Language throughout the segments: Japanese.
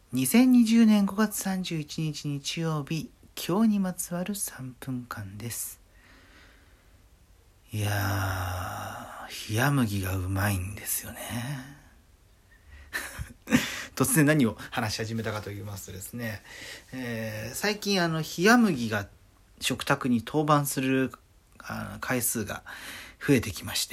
2020年5月31日日曜日、今日にまつわる3分間です。いやー、冷麦がうまいんですよね。突然何を話し始めたかと言いますとですね、最近冷麦が食卓に登板する回数が増えてきまして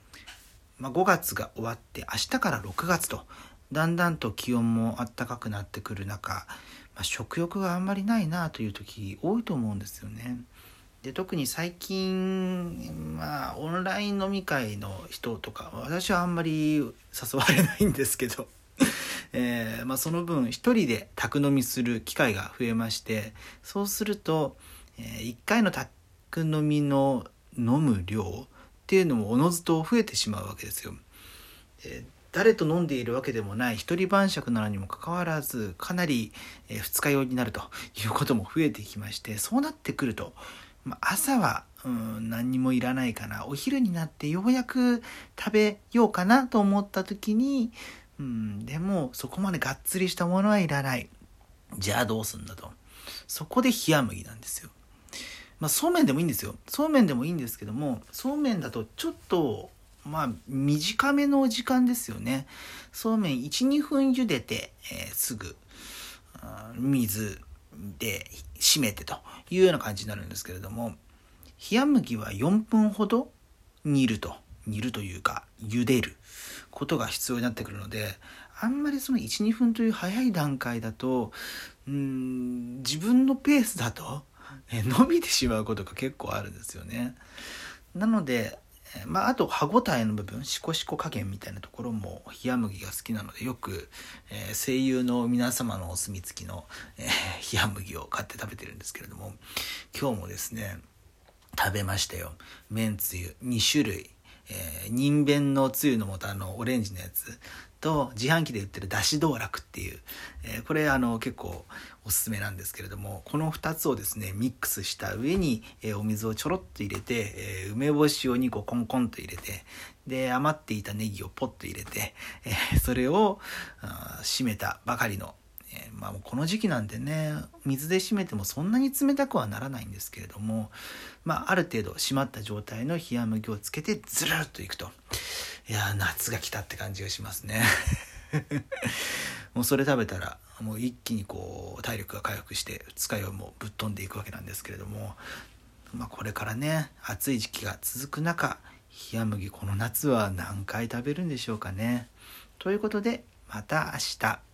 、5月が終わって明日から6月とだんだんと気温も暖かくなってくる中、食欲があんまりないなという時多いと思うんですよね。で、特に最近、オンライン飲み会の人とか、私はあんまり誘われないんですけど、その分一人で宅飲みする機会が増えまして、そうすると、1回の宅飲みの飲む量っていうのもおのずと増えてしまうわけですよ。誰と飲んでいるわけでもない一人晩酌なのにもかかわらず、かなり二日酔いになるということも増えてきまして、そうなってくると、朝は何にもいらないかな、お昼になってようやく食べようかなと思った時に、でもそこまでがっつりしたものはいらない。じゃあどうすんだと。そこで冷麦なんですよ。そうめんでもいいんですよ。そうめんでもいいんですけども、そうめんだとちょっと短めの時間ですよね。そうめん 1,2 分茹でて、すぐ水で締めてというような感じになるんですけれども、冷麦は4分ほど煮るというか茹でることが必要になってくるので、あんまりその 1,2 分という早い段階だと自分のペースだと伸びてしまうことが結構あるんですよね。なのであと歯ごたえの部分、シコシコ加減みたいなところも冷麦が好きなので、よく、声優の皆様のお墨付きの、冷麦を買って食べてるんですけれども、今日もですね食べましたよ。めんつゆ2種類、人弁のつゆの素オレンジのやつと、自販機で売ってるだし道楽っていう、これ結構おすすめなんですけれども、この2つをですねミックスした上に、お水をちょろっと入れて、梅干しを2個コンコンと入れて、で余っていたネギをポッと入れて、それを締めたばかりの、この時期なんでね、水で締めてもそんなに冷たくはならないんですけれども、ある程度締まった状態の冷麦をつけてずるっといくと、いや夏が来たって感じがしますね。もうそれ食べたらもう一気に体力が回復して二日酔いもぶっ飛んでいくわけなんですけれども、これからね暑い時期が続く中、冷麦この夏は何回食べるんでしょうかね。ということでまた明日。